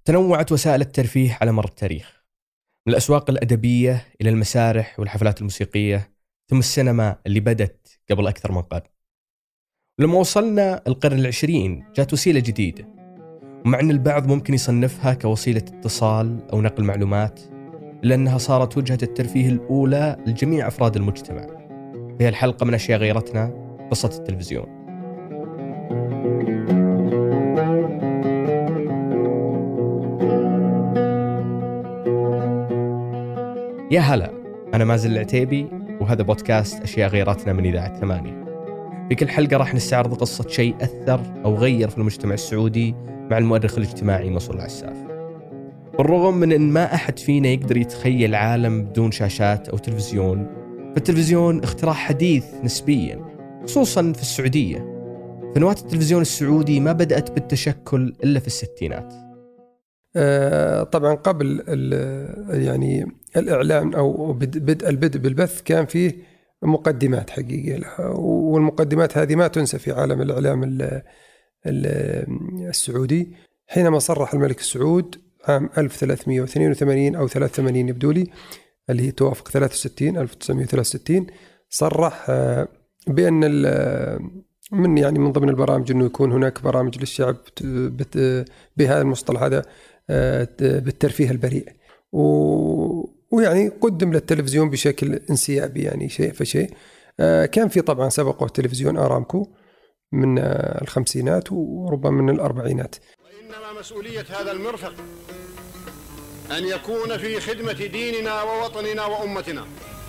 تنوعت وسائل الترفيه على مر التاريخ، من الأسواق الأدبية إلى المسارح والحفلات الموسيقية، ثم السينما اللي بدت قبل أكثر من قرن. ولما وصلنا القرن العشرين جات وسيلة جديدة، ومع أن البعض ممكن يصنفها كوسيلة اتصال أو نقل معلومات، إلا أنها صارت وجهة الترفيه الأولى لجميع أفراد المجتمع. في الحلقة من أشياء غيرتنا قصة التلفزيون. يا هلا، أنا مازن العتيبي، وهذا بودكاست أشياء غيرتنا من إذاعة 8. في كل حلقة راح نستعرض قصة شيء أثر أو غير في المجتمع السعودي مع المؤرخ الاجتماعي نصر العساف. بالرغم من أن ما أحد فينا يقدر يتخيل عالم بدون شاشات أو تلفزيون، فالتلفزيون اختراع حديث نسبيا، خصوصا في السعودية. فنواة التلفزيون السعودي ما بدأت بالتشكل إلا في الستينات. طبعا قبل يعني الإعلام أو البدء بالبث كان فيه مقدمات حقيقية لها، والمقدمات هذه ما تنسى في عالم الإعلام السعودي. حينما صرح الملك سعود عام 1382 أو 83 يبدو لي، اللي هي توافق 1963 صرح بأن من ضمن البرامج أنه يكون هناك برامج للشعب بهذا المصطلح هذا بالترفيه البريء، ويعني قدم للتلفزيون بشكل انسيابي، يعني شيء فشيء. كان في طبعا سبقه تلفزيون آرامكو من الخمسينات وربما من الأربعينات. وإنما مسؤولية هذا المرفق أن يكون في خدمة ديننا ووطننا وأمتنا،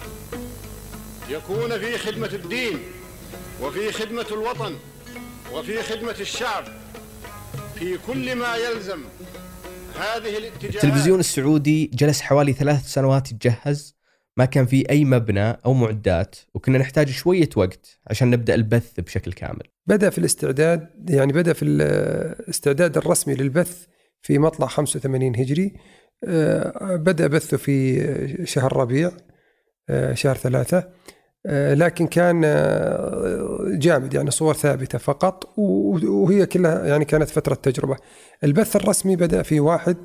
يكون في خدمة الدين وفي خدمة الوطن وفي خدمة الشعب في كل ما يلزم هذه الاتجاهات. التلفزيون السعودي جلس حوالي 3 سنوات يتجهز، ما كان في أي مبنى أو معدات، وكنا نحتاج شوية وقت عشان نبدأ البث بشكل كامل. بدأ في الاستعداد الرسمي للبث في مطلع 85 هجري. بدأ بثه في شهر ربيع، شهر 3، لكن كان جامد، يعني صور ثابتة فقط، وهي كلها يعني كانت فترة تجربة. البث الرسمي بدأ في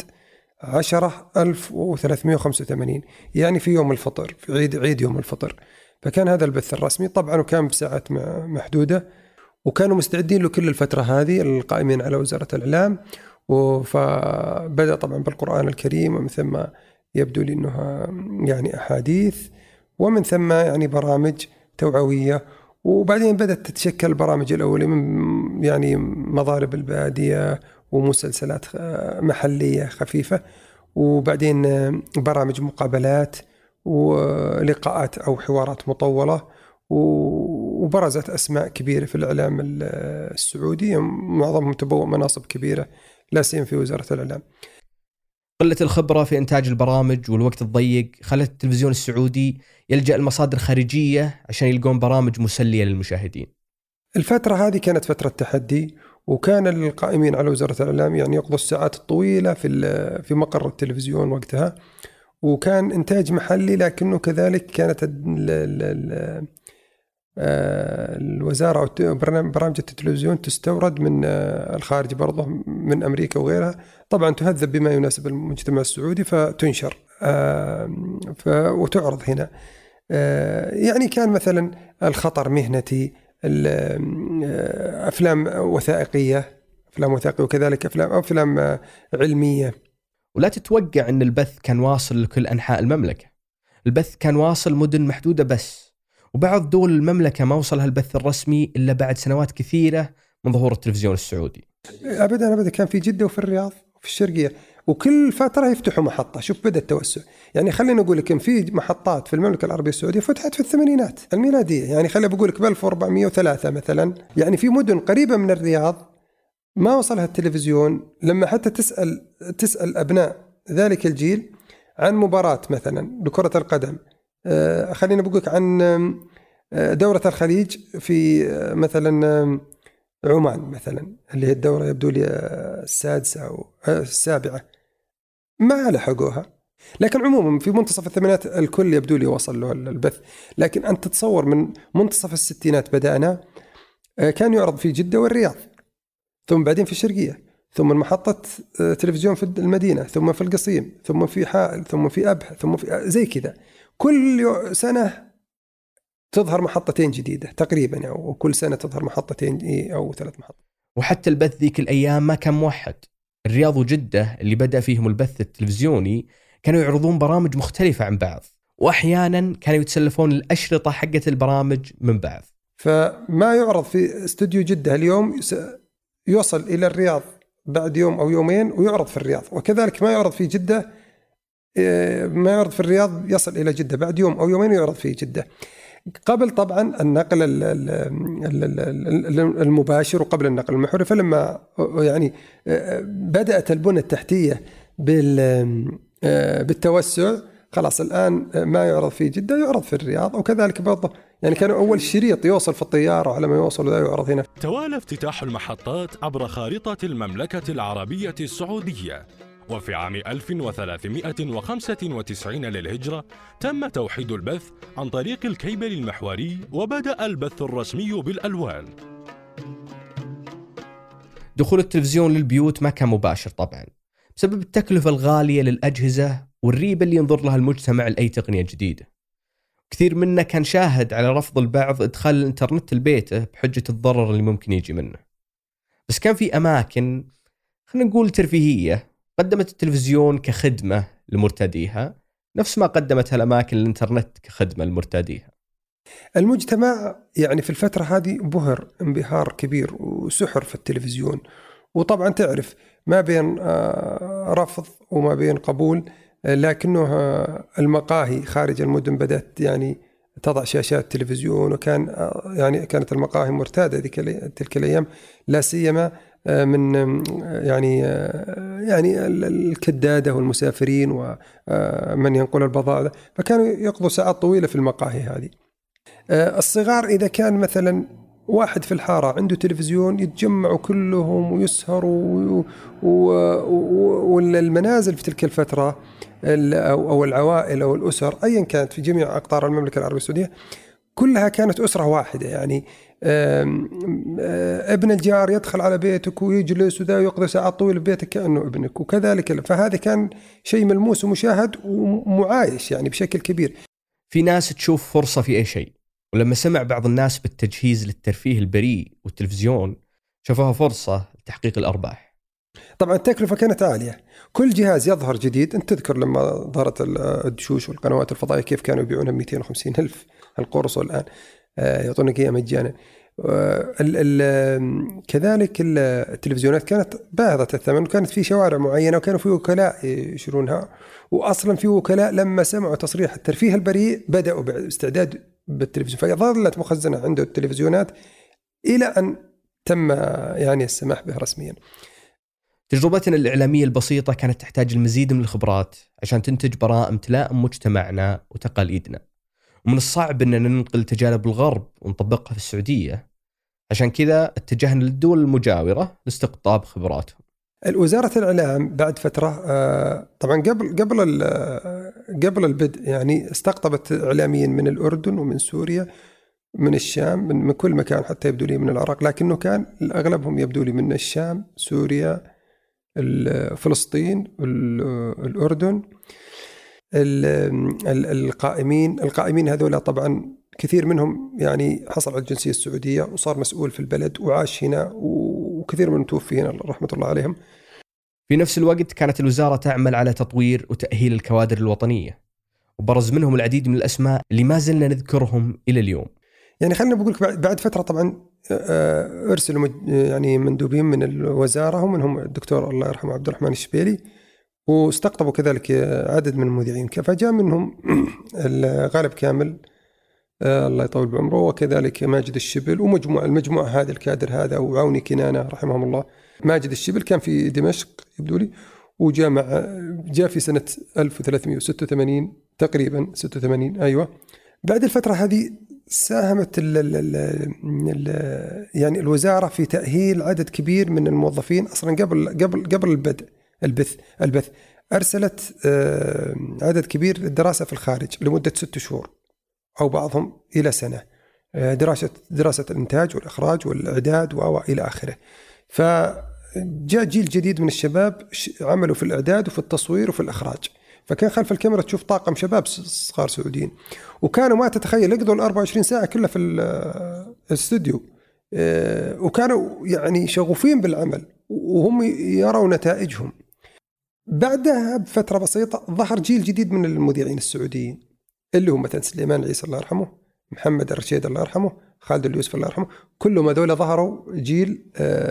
1/10/1385، يعني في يوم الفطر، في عيد يوم الفطر. فكان هذا البث الرسمي طبعا، وكان بساعات محدودة، وكانوا مستعدين له كل الفترة هذه القائمين على وزارة الإعلام. فبدأ طبعا بالقرآن الكريم، ومن ثم يبدو لي أنها يعني أحاديث، ومن ثم يعني برامج توعوية، وبعدين بدأت تتشكل البرامج الأولى من يعني مضارب البادية ومسلسلات محلية خفيفة، وبعدين برامج مقابلات ولقاءات أو حوارات مطولة، وبرزت أسماء كبيرة في الإعلام السعودي، معظمهم تبوأ مناصب كبيرة لا سيما في وزارة الإعلام. قلة الخبرة في إنتاج البرامج والوقت الضيق خلت التلفزيون السعودي يلجأ لمصادر خارجية عشان يلقون برامج مسلية للمشاهدين. الفترة هذه كانت فترة تحدي، وكان القائمين على وزارة الإعلام يعني يقضوا الساعات الطويلة في مقر التلفزيون وقتها، وكان إنتاج محلي، لكنه كذلك كانت الوزارة أو برامج التلفزيون تستورد من الخارج برضه، من أمريكا وغيرها، طبعا تهذب بما يناسب المجتمع السعودي فتنشر وتعرض هنا. يعني كان مثلا الخطر مهنتي، أفلام وثائقية، وكذلك أفلام علمية. ولا تتوقع أن البث كان واصل لكل أنحاء المملكة. البث كان واصل مدن محدودة بس، وبعض دول المملكة ما وصلها البث الرسمي إلا بعد سنوات كثيرة من ظهور التلفزيون السعودي. أبدا كان في جدة وفي الرياض وفي الشرقية، وكل فترة يفتحوا محطة. شوف بدأ التوسع، يعني خلينا نقول لك في محطات في المملكة العربية السعودية فتحت في الثمانينات الميلادية، يعني خلينا بقول لك ب 1403 مثلا. يعني في مدن قريبة من الرياض ما وصلها التلفزيون. لما حتى تسأل أبناء ذلك الجيل عن مباراة مثلا لكرة القدم، خلينا بقول لك عن دورة الخليج في مثلا عمان مثلا، اللي هي الدورة يبدو لي السادسة أو السابعة، ما لحقوها. لكن عموما في منتصف الثمانينات الكل يبدو لي وصل له البث. لكن أنت تتصور من منتصف الستينات بدأنا، كان يعرض في جدة والرياض، ثم بعدين في الشرقية، ثم محطة تلفزيون في المدينة، ثم في القصيم، ثم في حائل، ثم في أبها، ثم في زي كذا. كل سنة تظهر محطتين جديدة تقريبا، يعني وكل سنة تظهر محطتين أو 3 محطات. وحتى البث ذيك الأيام ما كان موحد. الرياض وجدة اللي بدأ فيهم البث التلفزيوني كانوا يعرضون برامج مختلفة عن بعض، وأحيانا كانوا يتسلفون الأشرطة حقة البرامج من بعض. فما يعرض في استوديو جدة اليوم يوصل إلى الرياض بعد يوم أو يومين ويعرض في الرياض، وكذلك ما يعرض في جدة، ما يعرض في الرياض يصل إلى جدة بعد يوم أو يومين ويعرض في جدة. قبل طبعا النقل المباشر وقبل النقل المحوري، فلما يعني بدأت البنى التحتية بالتوسع، خلاص الآن ما يعرض في جدة يعرض في الرياض. وكذلك برضه يعني كانوا أول شريط يوصل في الطيارة، وعلى ما يوصل ذا يعرض هنا. توالى افتتاح المحطات عبر خارطة المملكة العربية السعودية، وفي عام 1395 للهجرة تم توحيد البث عن طريق الكيبل المحوري، وبدأ البث الرسمي بالألوان. دخول التلفزيون للبيوت ما كان مباشر طبعا بسبب التكلفة الغالية للأجهزة والريبة اللي ينظر لها المجتمع لأي تقنية جديدة. كثير منا كان شاهد على رفض البعض إدخال الإنترنت لبيته بحجة الضرر اللي ممكن يجي منه. بس كان في أماكن خلينا نقول ترفيهية قدمت التلفزيون كخدمة لمرتديها نفس ما قدمتها الأماكن الإنترنت كخدمة لمرتديها. المجتمع يعني في الفترة هذه بهر انبهار كبير وسحر في التلفزيون، وطبعا تعرف ما بين رفض وما بين قبول، لكنه المقاهي خارج المدن بدأت يعني تضع شاشات تلفزيون، وكان يعني كانت المقاهي مرتادة تلك الأيام، لا سيما من يعني الكدادة والمسافرين ومن ينقل البضائع، فكانوا يقضوا ساعات طويلة في المقاهي هذه. الصغار إذا كان مثلا واحد في الحارة عنده تلفزيون يتجمعوا كلهم ويسهروا، والمنازل في تلك الفترة أو العوائل أو الأسر أيا كانت في جميع أقطار المملكة العربية السعودية كلها كانت أسرة واحدة. يعني ابن الجار يدخل على بيتك ويجلس وذا يقضي ساعات طويلة في بيتك كأنه ابنك، وكذلك فهذا كان شيء ملموس ومشاهد ومعايش يعني بشكل كبير. في ناس تشوف فرصة في أي شيء، ولما سمع بعض الناس بالتجهيز للترفيه البريء والتلفزيون شافوها فرصة لتحقيق الأرباح. طبعا التكلفة كانت عالية، كل جهاز يظهر جديد، أنت تذكر لما ظهرت الدشوش والقنوات الفضائية كيف كانوا يبيعونها 250,000 القرص، والآن يعطونك إياه مجانا. كذلك التلفزيونات كانت باهظة الثمن، وكانت في شوارع معينة وكانوا في وكلاء يشترونها، وأصلا في وكلاء لما سمعوا تصريح الترفيه البريء بدأوا باستعداد بالتلفزيون، فظلت مخزنة عنده التلفزيونات إلى أن تم يعني السماح به رسميا. تجربتنا الإعلامية البسيطة كانت تحتاج المزيد من الخبرات عشان تنتج برائم تلائم مجتمعنا وتقاليدنا، ومن الصعب أننا ننقل تجارب الغرب ونطبقها في السعودية. عشان كذا اتجهنا للدول المجاورة لاستقطاب خبراتهم. وزارة الإعلام بعد فترة طبعا قبل البدء يعني استقطبت إعلاميين من الأردن ومن سوريا من الشام من كل مكان، حتى يبدو لي من العراق، لكنه كان أغلبهم يبدو لي من الشام، سوريا، فلسطين، الأردن. القائمين هذولا طبعا كثير منهم يعني حصل على الجنسية السعودية وصار مسؤول في البلد وعاش هنا، وكثير منهم توفي هنا رحمة الله عليهم. في نفس الوقت كانت الوزارة تعمل على تطوير وتأهيل الكوادر الوطنية، وبرز منهم العديد من الأسماء اللي ما زلنا نذكرهم إلى اليوم. يعني خلينا بقولك بعد فترة طبعا أرسلوا يعني مندوبين من الوزارة، ومنهم الدكتور الله يرحمه عبد الرحمن الشبيلي، واستقطبوا كذلك عدد من المذيعين، فجاء منهم غالب كامل الله يطول بعمره، وكذلك ماجد الشبل، المجموعة هذه الكادر هذا، وعوني كنانة رحمهم الله. ماجد الشبل كان في دمشق يبدو لي، جاء في سنة 1386 تقريبا 86 أيوة. بعد الفترة هذه ساهمت يعني الوزارة في تأهيل عدد كبير من الموظفين. أصلا قبل البدء البث أرسلت عدد كبير للدراسة في الخارج لمدة 6 شهور أو بعضهم إلى سنة، دراسة الإنتاج والإخراج والإعداد وإلى آخره. جاء جيل جديد من الشباب عملوا في الإعداد وفي التصوير وفي الإخراج، فكان خلف الكاميرا تشوف طاقم شباب صغار سعوديين، وكانوا ما تتخيل يقضوا 24 ساعة كلها في الاستوديو، وكانوا يعني شغوفين بالعمل وهم يروا نتائجهم. بعدها بفترة بسيطة ظهر جيل جديد من المذيعين السعوديين اللي هم مثلا سليمان العيسى الله يرحمه، محمد الرشيد الله يرحمه، خالد اليوسف الله يرحمه، كلهم هذول ظهروا جيل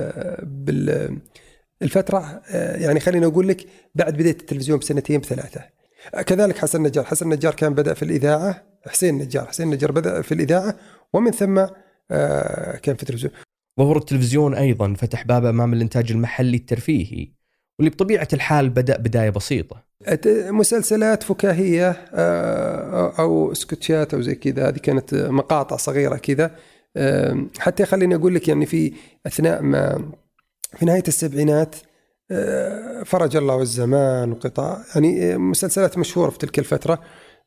بالفترة يعني خلينا أقول لك بعد بداية التلفزيون بسنتين بثلاثة. كذلك حسن النجار كان بدأ في الإذاعة، حسين النجار بدأ في الإذاعة ومن ثم كان في التلفزيون. ظهور التلفزيون أيضا فتح باب أمام الإنتاج المحلي الترفيهي، واللي بطبيعة الحال بدأ بداية بسيطة، مسلسلات فكاهية أو سكتشات أو زي كذا. هذه كانت مقاطع صغيرة كذا، حتى خليني أقول لك يعني في أثناء ما في نهاية السبعينات فرج الله والزمان وقطاع، يعني مسلسلات مشهورة في تلك الفترة،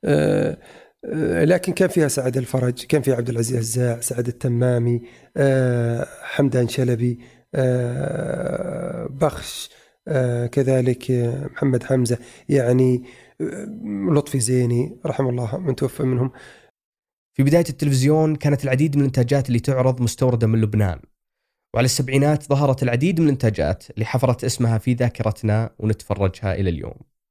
لكن كان فيها سعد الفرج، كان فيها عبد العزيز الزاع، سعد التمامي، حمدان شلبي، بخش، كذلك محمد حمزة، يعني لطفي زيني رحمه الله من توفى منهم. في بداية التلفزيون كانت العديد من الإنتاجات اللي تعرض مستوردة من لبنان، وعلى السبعينات ظهرت العديد من الإنتاجات اللي حفرت اسمها في ذاكرتنا ونتفرجها إلى اليوم.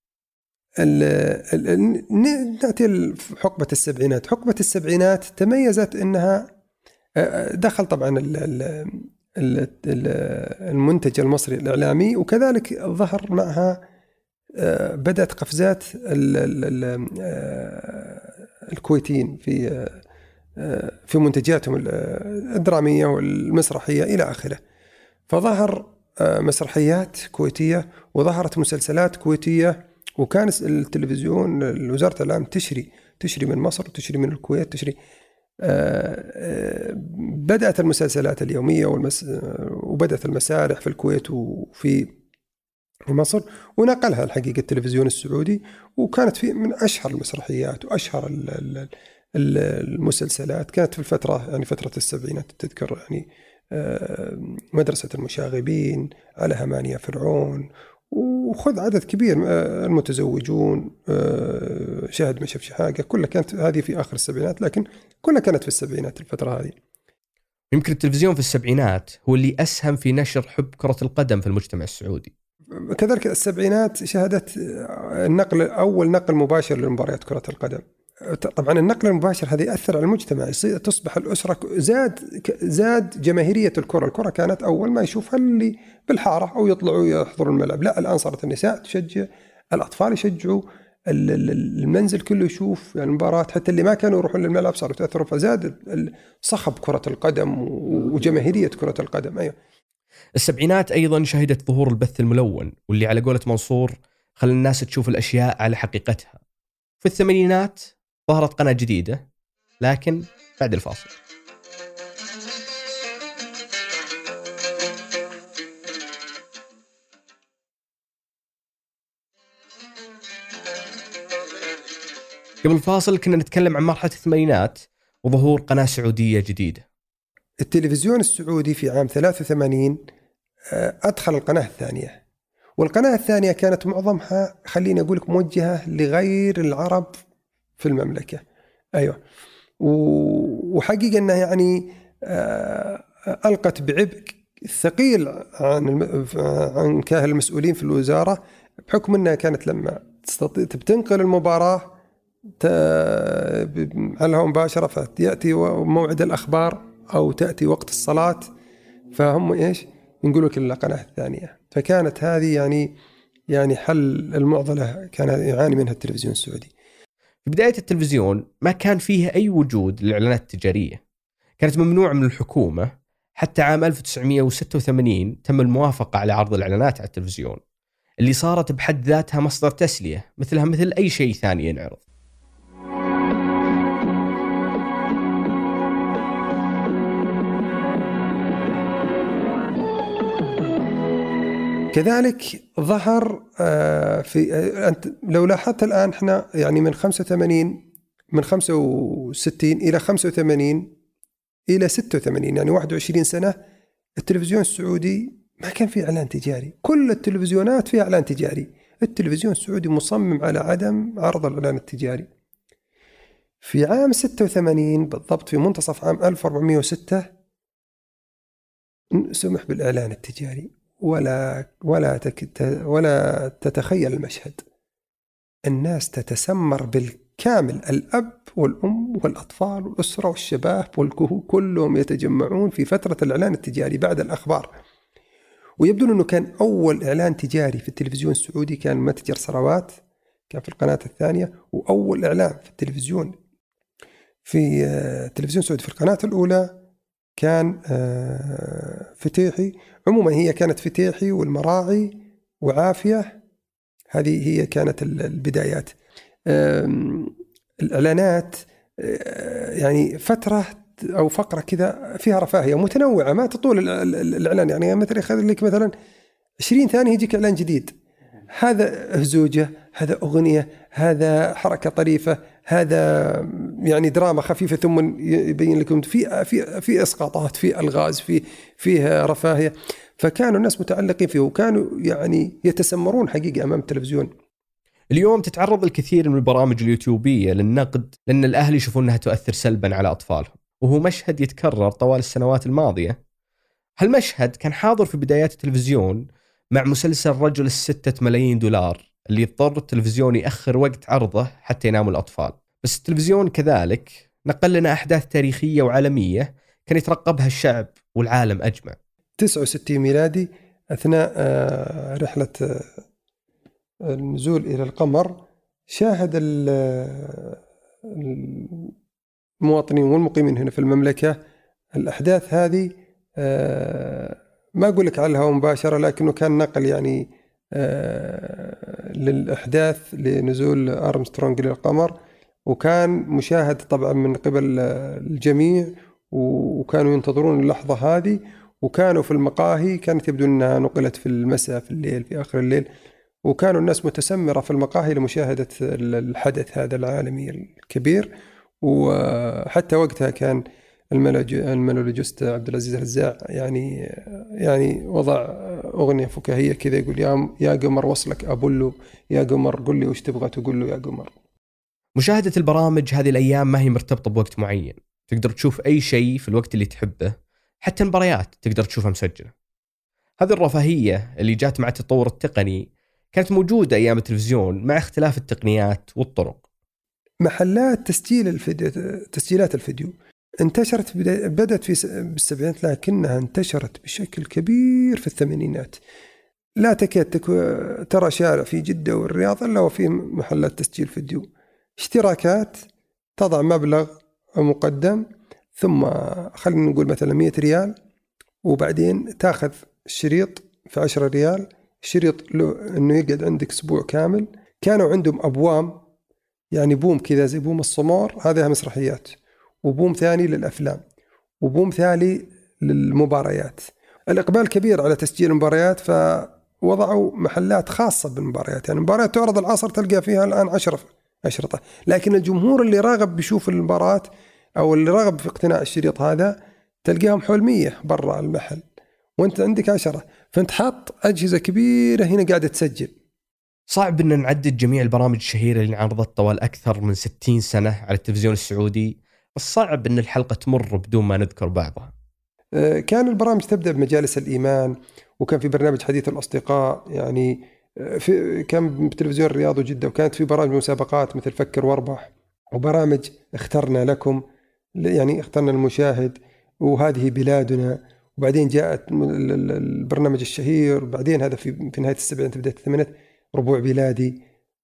نأتي حقبة السبعينات. حقبة السبعينات تميزت أنها دخل طبعا المنتج المصري الإعلامي، وكذلك ظهر معها بدأت قفزات الكويتيين في منتجاتهم الدرامية والمسرحية إلى آخره. فظهر مسرحيات كويتية وظهرت مسلسلات كويتية، وكان التلفزيون وزارة الإعلام تشري من مصر وتشري من الكويت تشري. بدأت المسلسلات اليومية وبدأت المسارح في الكويت وفي مصر، ونقلها الحقيقة التلفزيون السعودي، وكانت في من أشهر المسرحيات وأشهر المسلسلات كانت في الفترة يعني فترة السبعينات. تذكر يعني مدرسة المشاغبين، على همانية فرعون، وخذ عدد كبير، المتزوجون، شاهد ما شافش حاجة، كلها كانت هذه في آخر السبعينات، لكن كلها كانت في السبعينات الفترة هذه. يمكن التلفزيون في السبعينات هو اللي أسهم في نشر حب كرة القدم في المجتمع السعودي. كذلك السبعينات شهدت أول نقل مباشر لمباريات كرة القدم. طبعا النقل المباشر هذه أثر على المجتمع، تصبح الأسرة، زاد جماهيرية الكرة كانت أول ما يشوفها اللي بالحارة أو يطلعوا يحضروا الملعب، لا الآن صارت النساء تشجع، الأطفال يشجعوا، المنزل كله يشوف يعني المباراة، حتى اللي ما كانوا يروحون للملعب صاروا يتأثروا، فزاد صخب كرة القدم وجماهيرية كرة القدم. أيوة. السبعينات أيضا شهدت ظهور البث الملون، واللي على قولة منصور خلى الناس تشوف الأشياء على حقيقتها. في الثمانينات ظهرت قناة جديدة، لكن بعد الفاصل. قبل الفاصل كنا نتكلم عن مرحلة الثمانينات وظهور قناة سعودية جديدة. التلفزيون السعودي في عام 83 أدخل القناة الثانية، والقناة الثانية كانت معظمها خليني أقول لك موجهة لغير العرب في المملكة. أيوة. وحقيقة أنها يعني ألقت بعبء ثقيل عن كاهل المسؤولين في الوزارة، بحكم أنها كانت لما تنقل المباراة على مباشرة، فتأتي موعد الأخبار أو تأتي وقت الصلاة، فهم إيش ينقلوا لك القناة الثانية. فكانت هذه يعني حل المعضلة كان يعاني منها التلفزيون السعودي. في بداية التلفزيون ما كان فيها أي وجود للإعلانات التجارية، كانت ممنوعة من الحكومة. حتى عام 1986 تم الموافقة على عرض الإعلانات على التلفزيون، اللي صارت بحد ذاتها مصدر تسلية مثل أي شيء ثاني ينعرض. كذلك ظهر أنت لو لاحظت الآن إحنا يعني من 65 إلى 85 إلى 86 يعني 21 سنة التلفزيون السعودي ما كان في إعلان تجاري. كل التلفزيونات فيها إعلان تجاري. التلفزيون السعودي مصمم على عدم عرض الإعلان التجاري. في عام 86 بالضبط، في منتصف عام 1406 سمح بالإعلان التجاري. ولا تتخيل المشهد، الناس تتسمر بالكامل، الأب والأم والأطفال والأسرة والشباب والكهول كلهم يتجمعون في فترة الإعلان التجاري بعد الأخبار. ويبدو أنه كان أول إعلان تجاري في التلفزيون السعودي كان متجر ثروات، كان في القناة الثانية. وأول إعلان في التلفزيون السعودي في القناة الأولى كان فتيحي. عموما هي كانت فتيحي والمراعي وعافية، هذه هي كانت البدايات. الإعلانات يعني فترة أو فقرة كذا فيها رفاهية متنوعة ما تطول الإعلان. يعني مثلا يخلي لك مثلا 20 ثانية يجيك إعلان جديد، هذا هزوجة، هذا أغنية، هذا حركة طريفة، هذا يعني دراما خفيفة، ثم يبين لكم في إسقاطات، في ألغاز، فيها رفاهية. فكانوا الناس متعلقين فيه وكانوا يعني يتسمرون حقيقة أمام التلفزيون. اليوم تتعرض الكثير من البرامج اليوتيوبية للنقد لأن الأهل يشوفون أنها تؤثر سلبا على أطفالهم، وهو مشهد يتكرر طوال السنوات الماضية. هالمشهد كان حاضر في بدايات التلفزيون مع مسلسل رجل $6 ملايين اللي يضطر التلفزيون يأخر وقت عرضه حتى يناموا الأطفال. بس التلفزيون كذلك نقل لنا أحداث تاريخية وعالمية كان يترقبها الشعب والعالم أجمع. 69 ميلادي أثناء رحلة النزول إلى القمر، شاهد المواطنين والمقيمين هنا في المملكة الأحداث هذه. ما أقول لك على الهواء مباشرة، لكنه كان نقل يعني للأحداث لنزول أرمسترونغ إلى القمر، وكان مشاهد طبعا من قبل الجميع، وكانوا ينتظرون اللحظة هذه، وكانوا في المقاهي كانت يبدو أنها نقلت في المساء في الليل في آخر الليل، وكانوا الناس متسمرة في المقاهي لمشاهدة الحدث هذا العالمي الكبير. وحتى وقتها كان المونولوجيست عبد العزيز الرزاع يعني وضع أغنية فكاهية كذا يقول يا قمر وصلك أبولو، يا قمر قل لي وش تبغى تقول له يا قمر. مشاهدة البرامج هذه الأيام ما هي مرتبطة بوقت معين، تقدر تشوف أي شيء في الوقت اللي تحبه، حتى المباريات تقدر تشوفها مسجلة. هذه الرفاهية اللي جات مع التطور التقني كانت موجودة أيام التلفزيون مع اختلاف التقنيات والطرق. محلات تسجيلات الفيديو انتشرت، بدأت بالسبعينات لكنها انتشرت بشكل كبير في الثمانينات. لا تكاد ترى شارع في جدة والرياض إلا وفيه محلات تسجيل فيديو. اشتراكات، تضع مبلغ مقدم، ثم خلينا نقول مثلا 100 ريال، وبعدين تاخذ الشريط في 10 ريال، الشريط له انه يقعد عندك اسبوع كامل. كانوا عندهم ابوام، يعني بوم كذا زي بوم الصمور، هذه مسرحيات، وبوم ثاني للافلام، وبوم ثاني للمباريات. الاقبال كبير على تسجيل المباريات، فوضعوا محلات خاصه بالمباريات. يعني المباريات تعرض العصر تلقى فيها الان 10 أشرطة، لكن الجمهور اللي راغب بيشوف المباراة او اللي راغب في اقتناء الشريط هذا تلقاهم حول 100 برا المحل، وانت عندك 10، فانت حاط أجهزة كبيرة هنا قاعدة تسجل. صعب أن نعدد جميع البرامج الشهيرة اللي انعرضت طوال أكثر من 60 سنة على التلفزيون السعودي، بس صعب أن الحلقة تمر بدون ما نذكر بعضها. كان البرامج تبدأ بمجالس الإيمان، وكان في برنامج حديث الأصدقاء، يعني كان بتلفزيون الرياض وجدة، وكانت في برامج مسابقات مثل فكر واربح، وبرامج اخترنا لكم، يعني اخترنا المشاهد، وهذه بلادنا. وبعدين جاءت البرنامج الشهير، بعدين هذا في نهاية السبعينات بداية الثمانينات ربوع بلادي.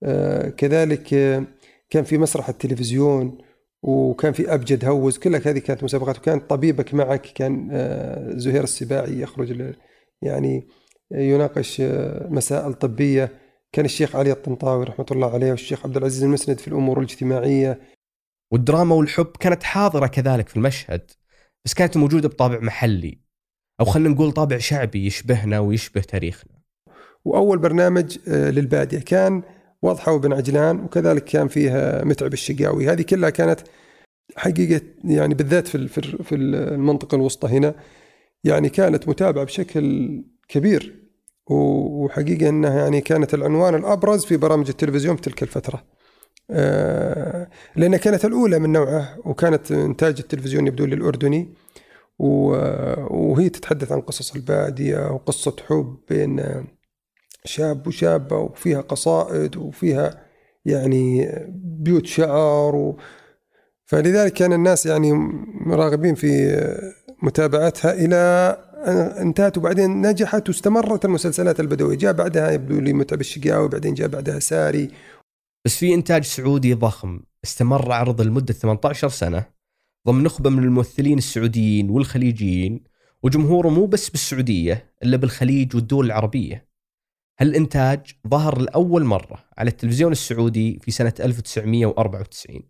كذلك كان في مسرح التلفزيون، وكان في أبجد هوز، كلها هذه كانت مسابقات. وكانت طبيبك معك، كان زهير السباعي يخرج يعني يناقش مسائل طبية. كان الشيخ علي الطنطاوي رحمة الله عليه والشيخ عبد العزيز المسند في الأمور الاجتماعية. والدراما والحب كانت حاضرة كذلك في المشهد، بس كانت موجودة بطابع محلي، أو خلنا نقول طابع شعبي يشبهنا ويشبه تاريخنا. وأول برنامج للبادية كان واضحة وبن عجلان، وكذلك كان فيها متعب الشقاوي. هذه كلها كانت حقيقة يعني بالذات في المنطقة الوسطى هنا، يعني كانت متابعة بشكل كبير، وحقيقة أنها يعني كانت العنوان الأبرز في برامج التلفزيون في تلك الفترة، لأنها كانت الأولى من نوعها، وكانت إنتاج التلفزيون يبدو للأردني، وهي تتحدث عن قصص البادية وقصة حب بين شاب وشابة، وفيها قصائد وفيها يعني بيوت شعر فلذلك كان الناس يعني راغبين في متابعتها إلى أن انتهت، وبعدين نجحت واستمرت المسلسلات البدوية. جاء بعدها يبدو لي متعب الشقاوي، وبعدين جاء بعدها ساري. بس في إنتاج سعودي ضخم استمر عرض لمدة 18 سنة ضمن نخبة من الممثلين السعوديين والخليجيين، وجمهوره مو بس بالسعودية إلا بالخليج والدول العربية. هالإنتاج ظهر لأول مرة على التلفزيون السعودي في سنة 1994.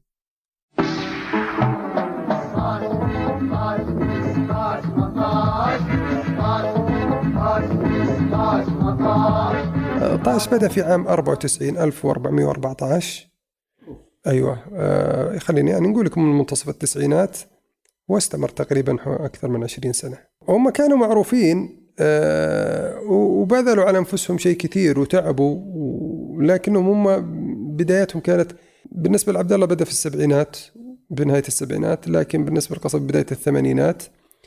طاش بدأ في عام 94 1414. أيوة، خليني يعني نقول لكم من منتصف التسعينات، واستمر تقريبا أكثر من 20 سنة. هم كانوا معروفين وبذلوا على أنفسهم شيء كثير وتعبوا، لكنهم هم بداياتهم كانت بالنسبة لعبد الله بدأ في السبعينات، بنهاية السبعينات، لكن بالنسبة للقصب بداية الثمانينات.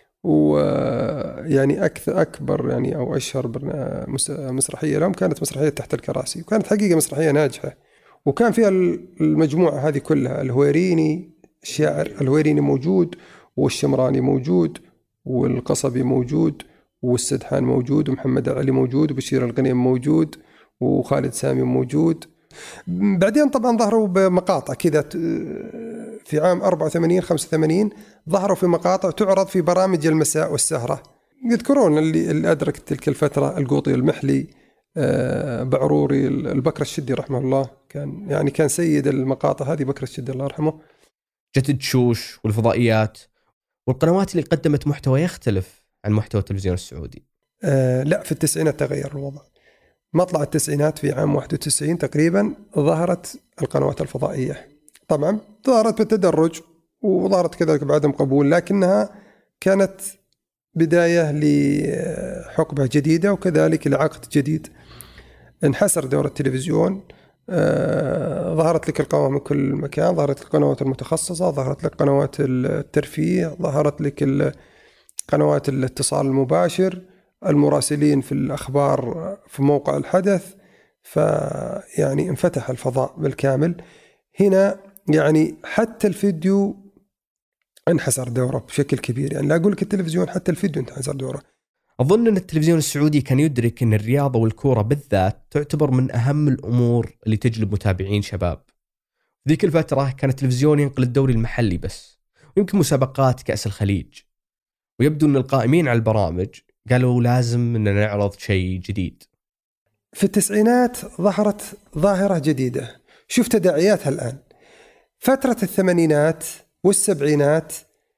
ويعني أكبر يعني أو أشهر مسرحية لهم كانت مسرحية تحت الكراسي، وكانت حقيقة مسرحية ناجحة، وكان فيها المجموعة هذه كلها. الهويريني الشاعر الهويريني موجود، والشمراني موجود، والقصبي موجود، والسدحان موجود، ومحمد علي موجود، وبشير الغنيم موجود، وخالد سامي موجود. بعدين طبعا ظهروا بمقاطع كذا في عام 84-85، ظهروا في مقاطع تعرض في برامج المساء والسهرة. يذكرون اللي أدرك تلك الفترة القوطي المحلي، بعروري، البكر الشدي رحمه الله، كان سيد المقاطع هذه بكر الشدي الله يرحمه. جت شوش والفضائيات والقنوات اللي قدمت محتوى يختلف عن محتوى التلفزيون السعودي. لا، في التسعينات تغير الوضع. مطلع التسعينات في عام 91 تقريبا ظهرت القنوات الفضائية. طبعا ظهرت بالتدرج، وظهرت كذلك بعدم قبول، لكنها كانت بداية لحقبة جديدة وكذلك لعقد جديد. انحسر دور التلفزيون، ظهرت لك القنوات من كل مكان، ظهرت لك القنوات المتخصصة، ظهرت لك قنوات الترفيه، ظهرت لك قنوات الاتصال المباشر، المراسلين في الأخبار في موقع الحدث. فيعني انفتح الفضاء بالكامل. هنا يعني حتى الفيديو انحسر دوره بشكل كبير، يعني لا أقول لك التلفزيون، حتى الفيديو انحسر دوره. أظن أن التلفزيون السعودي كان يدرك أن الرياضة والكورة بالذات تعتبر من أهم الأمور اللي تجلب متابعين شباب. في ذيك الفترة كان التلفزيون ينقل الدوري المحلي بس، ويمكن مسابقات كأس الخليج، ويبدو أن القائمين على البرامج قالوا لازم أن نعرض شيء جديد. في التسعينات ظهرت ظاهرة جديدة، شوف تداعياتها الآن. فترة الثمانينات والسبعينات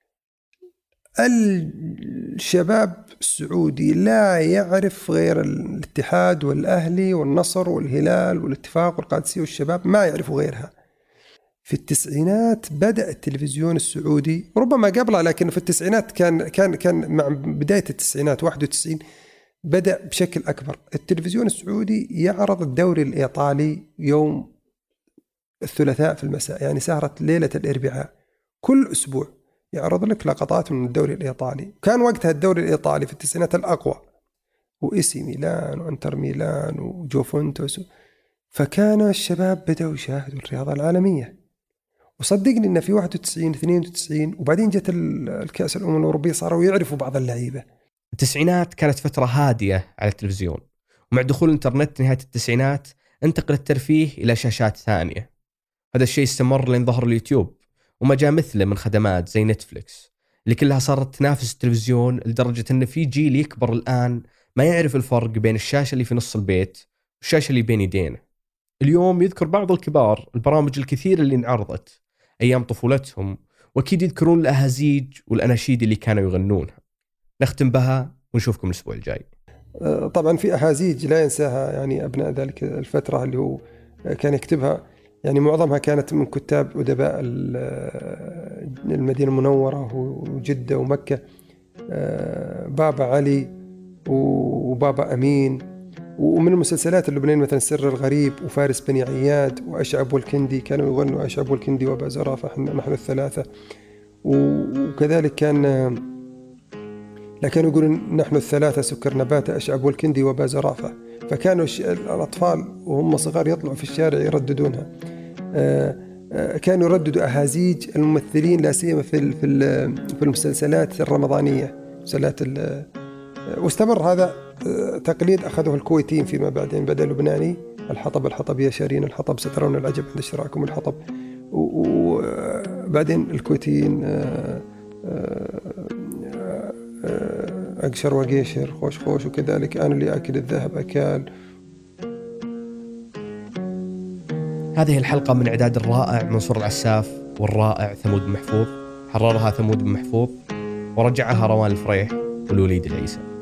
الشباب السعودي لا يعرف غير الاتحاد والأهلي والنصر والهلال والاتفاق والقادسية والشباب، ما يعرفوا غيرها. في التسعينات بدأ التلفزيون السعودي، ربما قبله، لكن في التسعينات كان مع بداية التسعينات 91 بدأ بشكل أكبر. التلفزيون السعودي يعرض الدوري الإيطالي يوم الثلاثاء في المساء، يعني سهرة ليلة الأربعاء، كل أسبوع يعرض لك لقطات من الدوري الإيطالي. كان وقتها الدوري الإيطالي في التسعينات الأقوى، وإسي ميلان وأنتر ميلان وجوفنتوس. فكان الشباب بدأوا يشاهدوا الرياضة العالمية. وصدقني إن في 91-92 وبعدين جت الكأس الأمم الأوروبية صاروا يعرفوا بعض اللعيبة. التسعينات كانت فترة هادية على التلفزيون، ومع دخول الإنترنت نهاية التسعينات انتقل الترفيه إلى شاشات ثانية. هذا الشيء استمر لين ظهر اليوتيوب وما جاء مثله من خدمات زي نتفليكس اللي كلها صارت تنافس التلفزيون، لدرجة أن في جيل يكبر الآن ما يعرف الفرق بين الشاشة اللي في نص البيت والشاشة اللي بين يدينه. اليوم يذكر بعض الكبار البرامج الكثير اللي انعرضت أيام طفولتهم، وأكيد يذكرون الأهازيج والأناشيد اللي كانوا يغنونها. نختم بها ونشوفكم الأسبوع الجاي. طبعا في أهازيج لا ينساها يعني أبناء ذلك الفترة اللي هو كان يكتبها، يعني معظمها كانت من كتاب أدباء المدينة المنورة وجدة ومكة. بابا علي وبابا أمين. ومن المسلسلات اللبنانية مثلا السر الغريب وفارس بني عياد وأشعب والكندي، كانوا يغنوا أشعب والكندي وأبا زرافة نحن الثلاثة. وكذلك كانوا يقولون نحن الثلاثة سكر نبات أشعب والكندي وأبا زرافة. فكانوا الأطفال وهم صغار يطلعوا في الشارع يرددونها. كانوا يرددوا أهازيج الممثلين لا سيما في المسلسلات الرمضانية، مسلسلات واستمر هذا تقليد أخذه الكويتيين فيما بعد، يعني بدأ لبناني الحطب يا شارين الحطب سترون العجب عند اشتراكم الحطب، وبعدين الكويتيين أقشر وقيشر خوش خوش، وكذلك أنا اللي أكل الذهب أكال. هذه الحلقة من إعداد الرائع منصور العساف والرائع ثمود بن محفوظ، حررها ثمود بن محفوظ ورجعها روان الفريح والوليد العيسى.